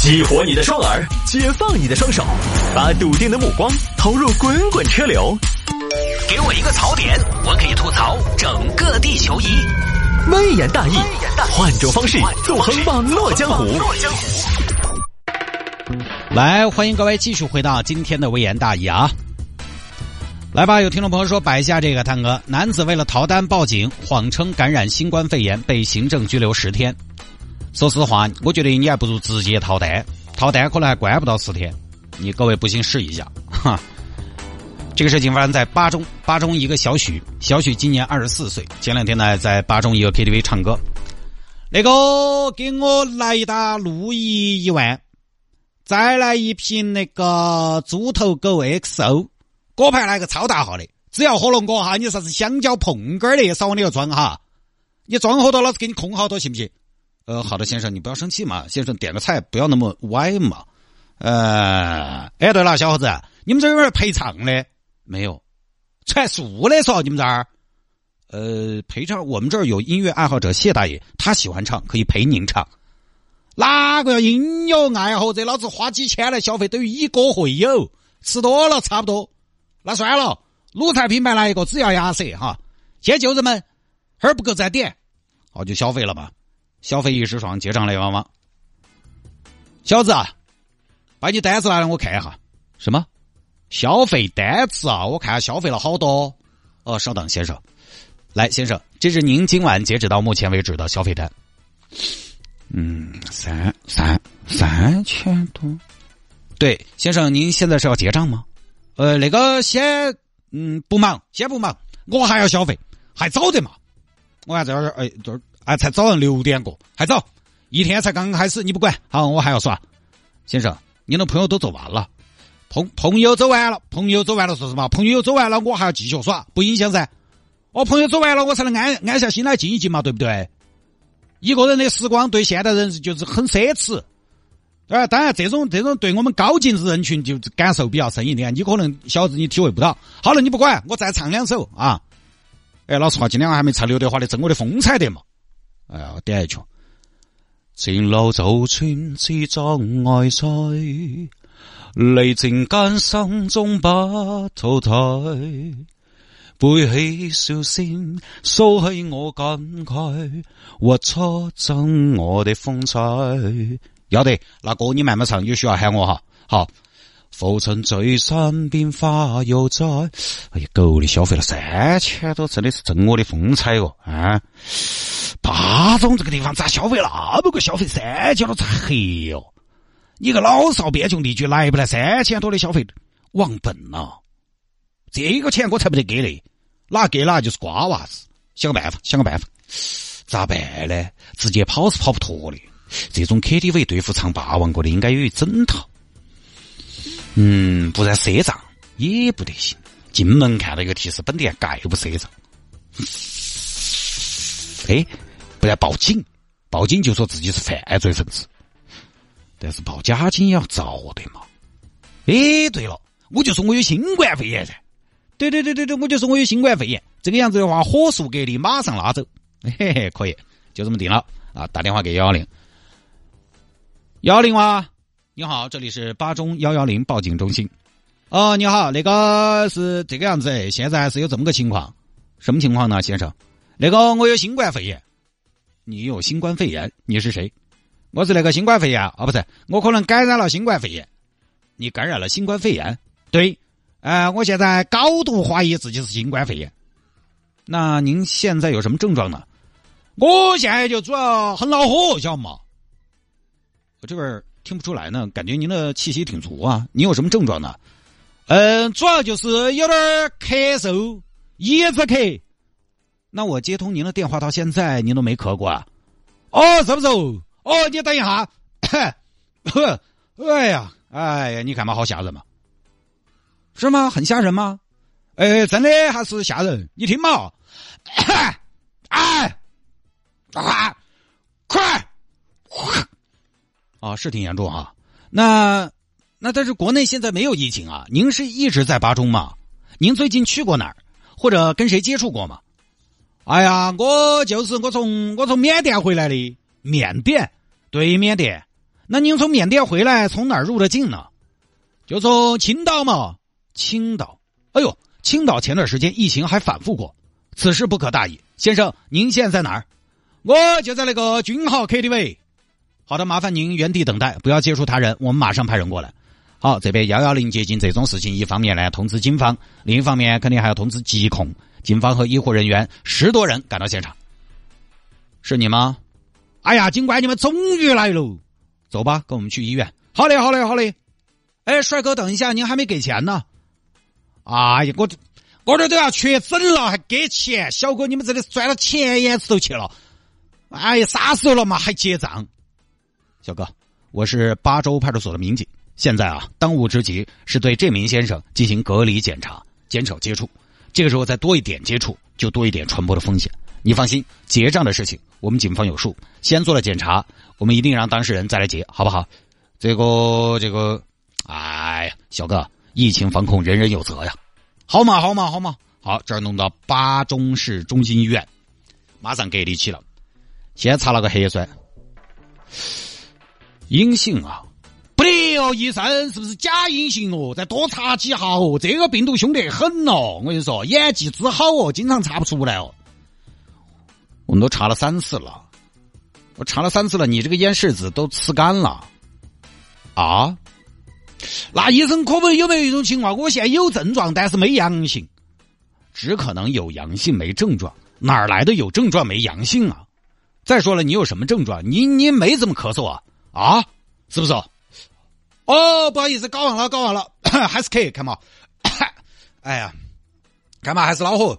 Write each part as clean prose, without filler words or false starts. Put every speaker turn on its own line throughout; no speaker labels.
激活你的双耳，解放你的双手，把笃定的目光投入滚滚车流。
给我一个槽点，我可以吐槽整个地球仪。
微言大义，换种方式纵横网络江湖。
来，欢迎各位继续回到今天的微言大义啊！来吧，有听众朋友说摆一下这个探哥，男子为了逃单报警，谎称感染新冠肺炎，被行政拘留10天。说实话，我觉得你还不如直接逃单可能还关不到10天。你各位不信试一下哈。这个事情发生在巴中一个小许今年24岁，前2天呢在巴中一个 KTV 唱歌，那个给我来一打路易1万，再来一瓶那个猪头狗 XO， 果盘来个超大号的，只要喝了我哈，你啥子香蕉碰根的少往里头装哈，你装好多老子给你空好多行不行？好的先生，你不要生气嘛，先生点个菜不要那么歪嘛。对了，小伙子，你们这有没有陪唱的？没有，传数的说你们这儿，陪唱我们这儿有音乐爱好者谢大爷，他喜欢唱，可以陪您唱。哪个音乐爱好者，老子花几千来消费，等于一个会有，吃多了差不多。那算了，卤菜品牌来一个，只要亚瑟哈。谢旧人们，还不够再点，好就消费了吧。消费一时爽，结账来汪汪。小子啊，把你单子来让我看一下。什么？消费单子啊？我看下消费了好多。稍等，先生。来，先生，这是您今晚截止到目前为止的消费单。3000多。对，先生，您现在是要结账吗？那个先不忙，我还要消费，还早的嘛。我还在这儿才早上6点过，还早，一天才刚刚开始，你不管，好，我还要耍。先生，您的朋友都走完了，朋友走完了说什么？朋友走完了，我还要继续耍，不影响噻。朋友走完了，我才能安下心来静一静嘛，对不对？一个人的时光对现代人就是很奢侈。当然这种对我们高净值人群就感受比较深一点，你可能小子你体会不到。好了，你不管，我再唱2首啊。老实话，今天我还没唱刘德华的《赠我的风采》的嘛。我点一曲。前路就算自作外在，历尽艱辛中不淘汰，背起笑聲，掃起我感慨，活出真我的風采。要得，那歌你慢慢唱，有需要喊我哈。好，浮沉最山邊花又在。哎呀，狗的消費了3000多，真的是真我的風采哦啊！巴中这个地方咋消費那麼個消費3000多才黑哦？你個老少邊窮地區來不來3000多的消費？忘本啊！這個錢我才不得給嘞，哪給了就是瓜娃子。想個辦法，咋辦呢？直接跑是跑不脱的。这种 KTV 对付唱霸王歌的应该有一整套。不然赊账也不得行。进门看到一个提示，本店概不赊账。不然报警就说自己是犯罪分子。但是报假警也要遭的嘛。对了，我就说我有新冠肺炎噻。对，我就说我有新冠肺炎。这个样子的话，火速隔离，马上拉走。可以，就这么定了啊！打电话给110。110哇，你好，这里是巴中110报警中心。你好，那个是这个样子，现在是有这么个情况。什么情况呢，先生？那个我有新冠肺炎。你有新冠肺炎？你是谁？我是那个新冠肺炎不是，我可能感染了新冠肺炎。你感染了新冠肺炎？对，我现在高度怀疑自己是新冠肺炎。那您现在有什么症状呢？我现在就主要很恼火，晓得吗？我这边听不出来呢，感觉您的气息挺足啊。你有什么症状呢？主要就是有点咳嗽，一直咳。那我接通您的电话到现在，您都没咳过啊？是不是？你等一下。哎呀，你看嘛，好吓人嘛。是吗？很吓人吗？真的还是吓人。你听嘛。快！是挺严重哈。那但是国内现在没有疫情啊。您是一直在巴中吗？您最近去过哪儿？或者跟谁接触过吗？哎呀，我从缅甸回来的。缅甸？对，缅甸。 那您从缅甸回来从哪儿入的境呢？就从青岛嘛。青岛，哎呦，青岛前段时间疫情还反复过，此事不可大意。先生，您现在在哪儿？我就在那个君豪 KTV。好的，麻烦您原地等待，不要接触他人，我们马上派人过来。好，这边110接近这种事情，一方面呢通知警方，另一方面肯定还要通知疾控。警方和医护人员10多人赶到现场。是你吗？哎呀，警官，你们终于来了。走吧，跟我们去医院。好嘞，好嘞，好嘞。哎，帅哥，等一下，您还没给钱呢。哎呀，我这都要确诊了，还给钱？小哥，你们这里钻到钱眼子头去了。哎呀，啥时候了嘛，还结账？小哥，我是巴州派出所的民警，现在当务之急是对这名先生进行隔离检查，减少接触。这个时候再多一点接触，就多一点传播的风险。你放心，结账的事情我们警方有数，先做了检查，我们一定让当事人再来结，好不好？这个，哎呀，小哥，疫情防控人人有责呀。好嘛，好，这儿弄到巴中市中心医院，马上隔离起了。先查了个核酸，阴性啊。不对哦，医生，是不是假阴性哦？再多查几下哦，这个病毒凶得很哦。我跟你说，演技之好哦，经常查不出来哦。我们都查了3次了，你这个咽拭子都吃干了啊？那医生可不有没有一种情况，我现在有症状但是没阳性？只可能有阳性没症状，哪儿来的有症状没阳性啊？再说了，你有什么症状？你没怎么咳嗽啊？是不是？哦，不好意思，搞忘了，还是咳，看嘛。哎呀，干嘛还是恼火？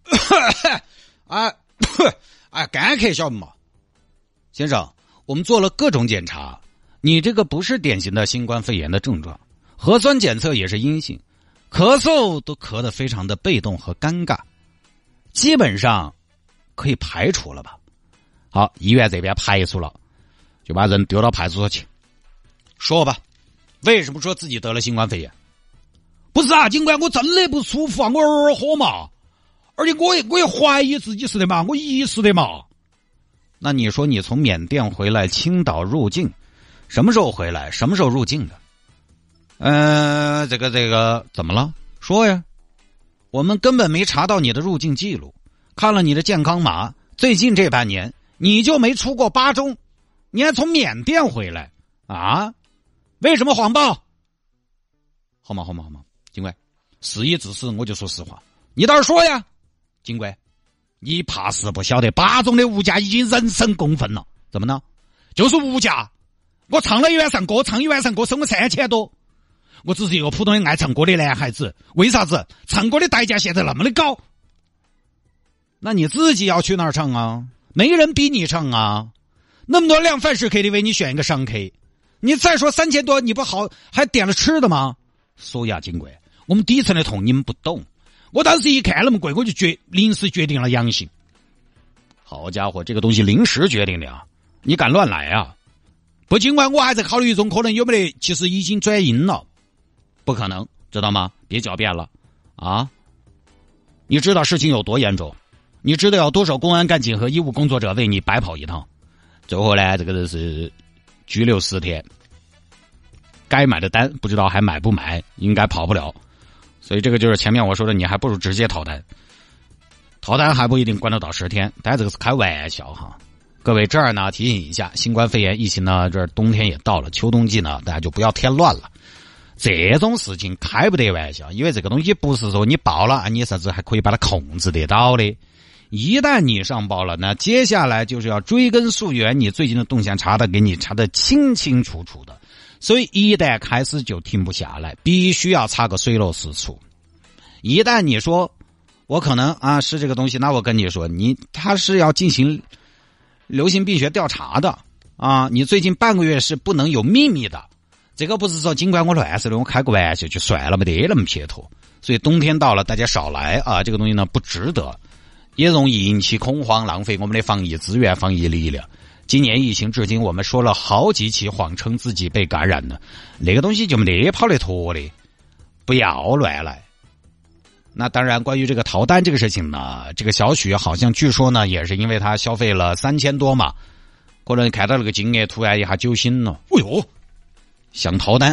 干咳晓得嘛？先生，我们做了各种检查，你这个不是典型的新冠肺炎的症状，核酸检测也是阴性，咳嗽都咳得非常的被动和尴尬，基本上可以排除了吧？好，医院这边排除了，就把人丢到派出所去。说吧，为什么说自己得了新冠肺炎？不是啊，警官，我真的不舒服啊，我耳火嘛，而且我也怀疑自己是的嘛，我疑似的嘛。那你说你从缅甸回来，青岛入境，什么时候回来？什么时候入境的？这个怎么了？说呀，我们根本没查到你的入境记录，看了你的健康码，最近这半年你就没出过巴中，你还从缅甸回来啊？为什么谎报？好嘛，警官，事已至此，我就说实话。你倒是说呀，警官，你怕是不晓得巴中的物价已经人神共愤了。怎么呢？就是物价，我唱了一晚上歌，收我3000多。我只是一个普通的爱唱歌的男孩子，为啥子唱歌的代价现在那么的高？那你自己要去哪儿唱啊？没人逼你唱啊。那么多辆饭市 KTV， 你选一个商 K。你再说3000多，你不好还点了吃的吗？说呀，警官，我们底层的痛你们不懂。我当时一看那么贵，我就临时决定了阳性。好家伙，这个东西临时决定的啊！你敢乱来啊？不，尽管我还在考虑一种可能，有没得其实已经转阴了。不可能，知道吗？别狡辩了啊！你知道事情有多严重？你知道有多少公安干警和医务工作者为你白跑一趟？最后呢，这个是拘留10天，该买的单不知道还买不买，应该跑不了。所以这个就是前面我说的，你还不如直接逃单，逃单还不一定关得到10天，但这个是开玩笑哈。各位这儿呢提醒一下，新冠肺炎疫情呢，这冬天也到了，秋冬季呢，大家就不要添乱了。这种事情开不得玩笑，因为这个东西不是说你报了你啥子还可以把它控制得到的。一旦你上报了，那接下来就是要追根溯源，你最近的动向给你查得清清楚楚的。所以一旦开始就停不下来，必须要查个水落石出。一旦你说我可能是这个东西，那我跟你说，他是要进行流行病学调查的啊！你最近半个月是不能有秘密的。这个不是说尽管我乱说的，我开个玩笑就算了，没得那么撇脱。所以冬天到了，大家少来啊！这个东西呢不值得，也容易引起恐慌，浪费我们的防疫资源、防疫力量。今年疫情至今，我们说了好几起谎称自己被感染了，那个东西就没得跑得脱的，不要乱来。那当然，关于这个逃单这个事情呢，这个小许好像据说呢，也是因为他消费了3000多嘛， 可能看到那个金额突然一下酒醒了，哎呦，想逃单。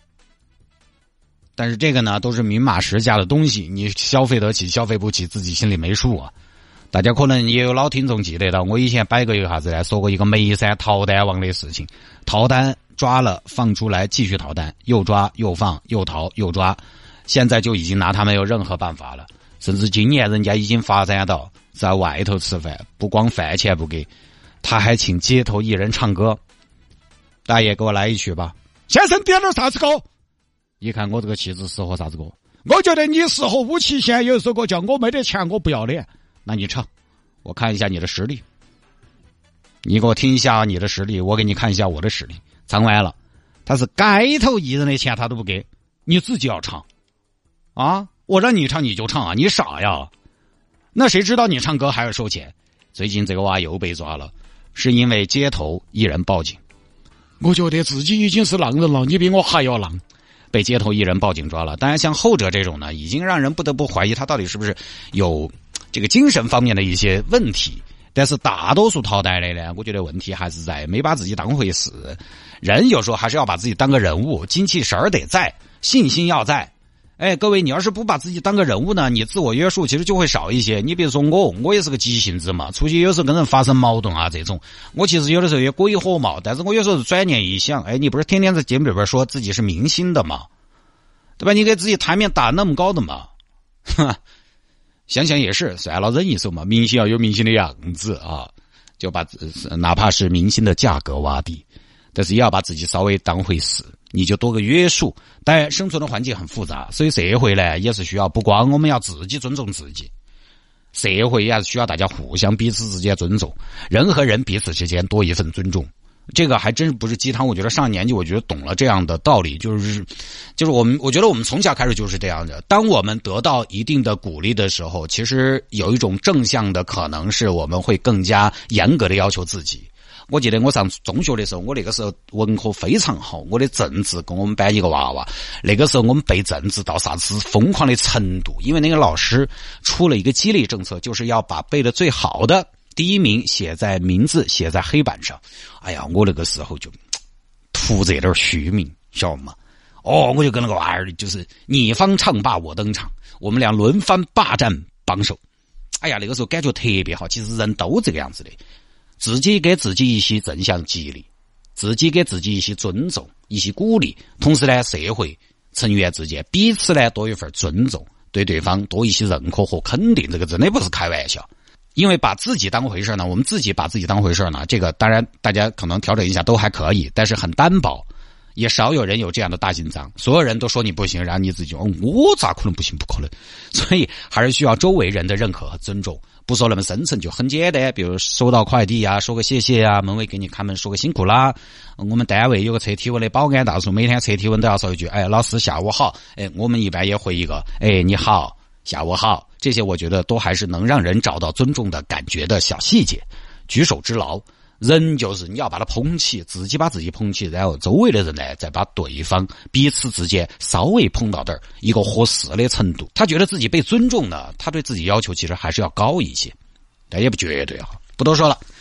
但是这个呢，都是明码实价的东西，你消费得起消费不起，自己心里没数啊。大家可能也有老听众记得到，我以前摆过一个啥子呢？说过一个眉山逃单王的事情，逃单抓了放出来继续逃单，又抓又放又逃又抓，现在就已经拿他没有任何办法了。甚至今年人家已经发展到在外头吃饭，不光饭钱不给，他还请街头艺人唱歌。大爷给我来一曲吧。先生点了啥子歌？一看我这个气质适合啥子歌？我觉得你适合吴奇贤有一首歌叫我没得钱我不要脸。那你唱，我看一下你的实力。你给我听一下你的实力，我给你看一下我的实力。唱完了，他是街头艺人的钱他都不给，你自己要唱啊！我让你唱你就唱啊，你傻呀？那谁知道你唱歌还要收钱？最近这个娃又被抓了，是因为街头艺人报警。我觉得自己已经是浪人了，你比我还要浪。被街头艺人报警抓了。当然像后者这种呢，已经让人不得不怀疑他到底是不是有这个精神方面的一些问题。但是大多数逃单的呢，我觉得问题还是在没把自己当回事。人有时候还是要把自己当个人物，精气神儿得在，信心要在。哎，各位，你要是不把自己当个人物呢，你自我约束其实就会少一些。你比如说我也是个急性子嘛，出去有时候跟人发生矛盾啊这种，我其实有的时候也鬼火冒，但是我有时候转念一想，哎，你不是天天在节目里边说自己是明星的嘛，对吧？你给自己台面打那么高的嘛，想想也是，算了，忍一手嘛。明星要有明星的样子啊，就把哪怕是明星的价格挖低，但是也要把自己稍微当回事，你就多个约束。但生存的环境很复杂，所以社会呢也是需要，不光我们要自己尊重自己，社会也是需要大家互相彼此之间尊重，人和人彼此之间多一份尊重。这个还真不是鸡汤，我觉得上年纪我觉得懂了这样的道理，就是我觉得我们从小开始就是这样的。当我们得到一定的鼓励的时候，其实有一种正向的可能是我们会更加严格的要求自己。我记得我上中学的时候，我那个时候文科非常好，我的政治跟我们班一个娃娃，那个时候我们背政治到啥子疯狂的程度，因为那个老师出了一个激励政策，就是要把背的最好的第一名写在名字写在黑板上。哎呀，我那个时候就图这点虚名，晓得吗？哦，我就跟那个娃儿就是你方唱罢我登场，我们俩轮番霸占榜首。哎呀，那个时候感觉特别好。其实人都这个样子的，自己给自己一些正向激励，自己给自己一些尊重，一些鼓励，同时呢，社会成员之间彼此呢多一份尊重，对对方多一些认可和肯定，这个真的不是开玩笑。因为把自己当回事呢，我们自己把自己当回事呢，这个当然大家可能调整一下都还可以，但是很单薄，也少有人有这样的大紧张。所有人都说你不行，然后你自己我咋可能不行？不可能。所以还是需要周围人的认可和尊重，不说那么深层，就很简单，比如收到快递啊，说个谢谢啊，门卫给你开门说个辛苦啦。我们单位有个测体温的保安大叔，每天测体温都要说一句，哎，老师下午好。哎，我们一般也回一个，哎，你好，下午好。这些我觉得都还是能让人找到尊重的感觉的小细节，举手之劳。人就是你要把他捧起，自己把自己捧起，然后周围的人呢再把对方彼此之间稍微捧到一个合适的程度。他觉得自己被尊重呢，他对自己要求其实还是要高一些，但也不绝对啊。不多说了，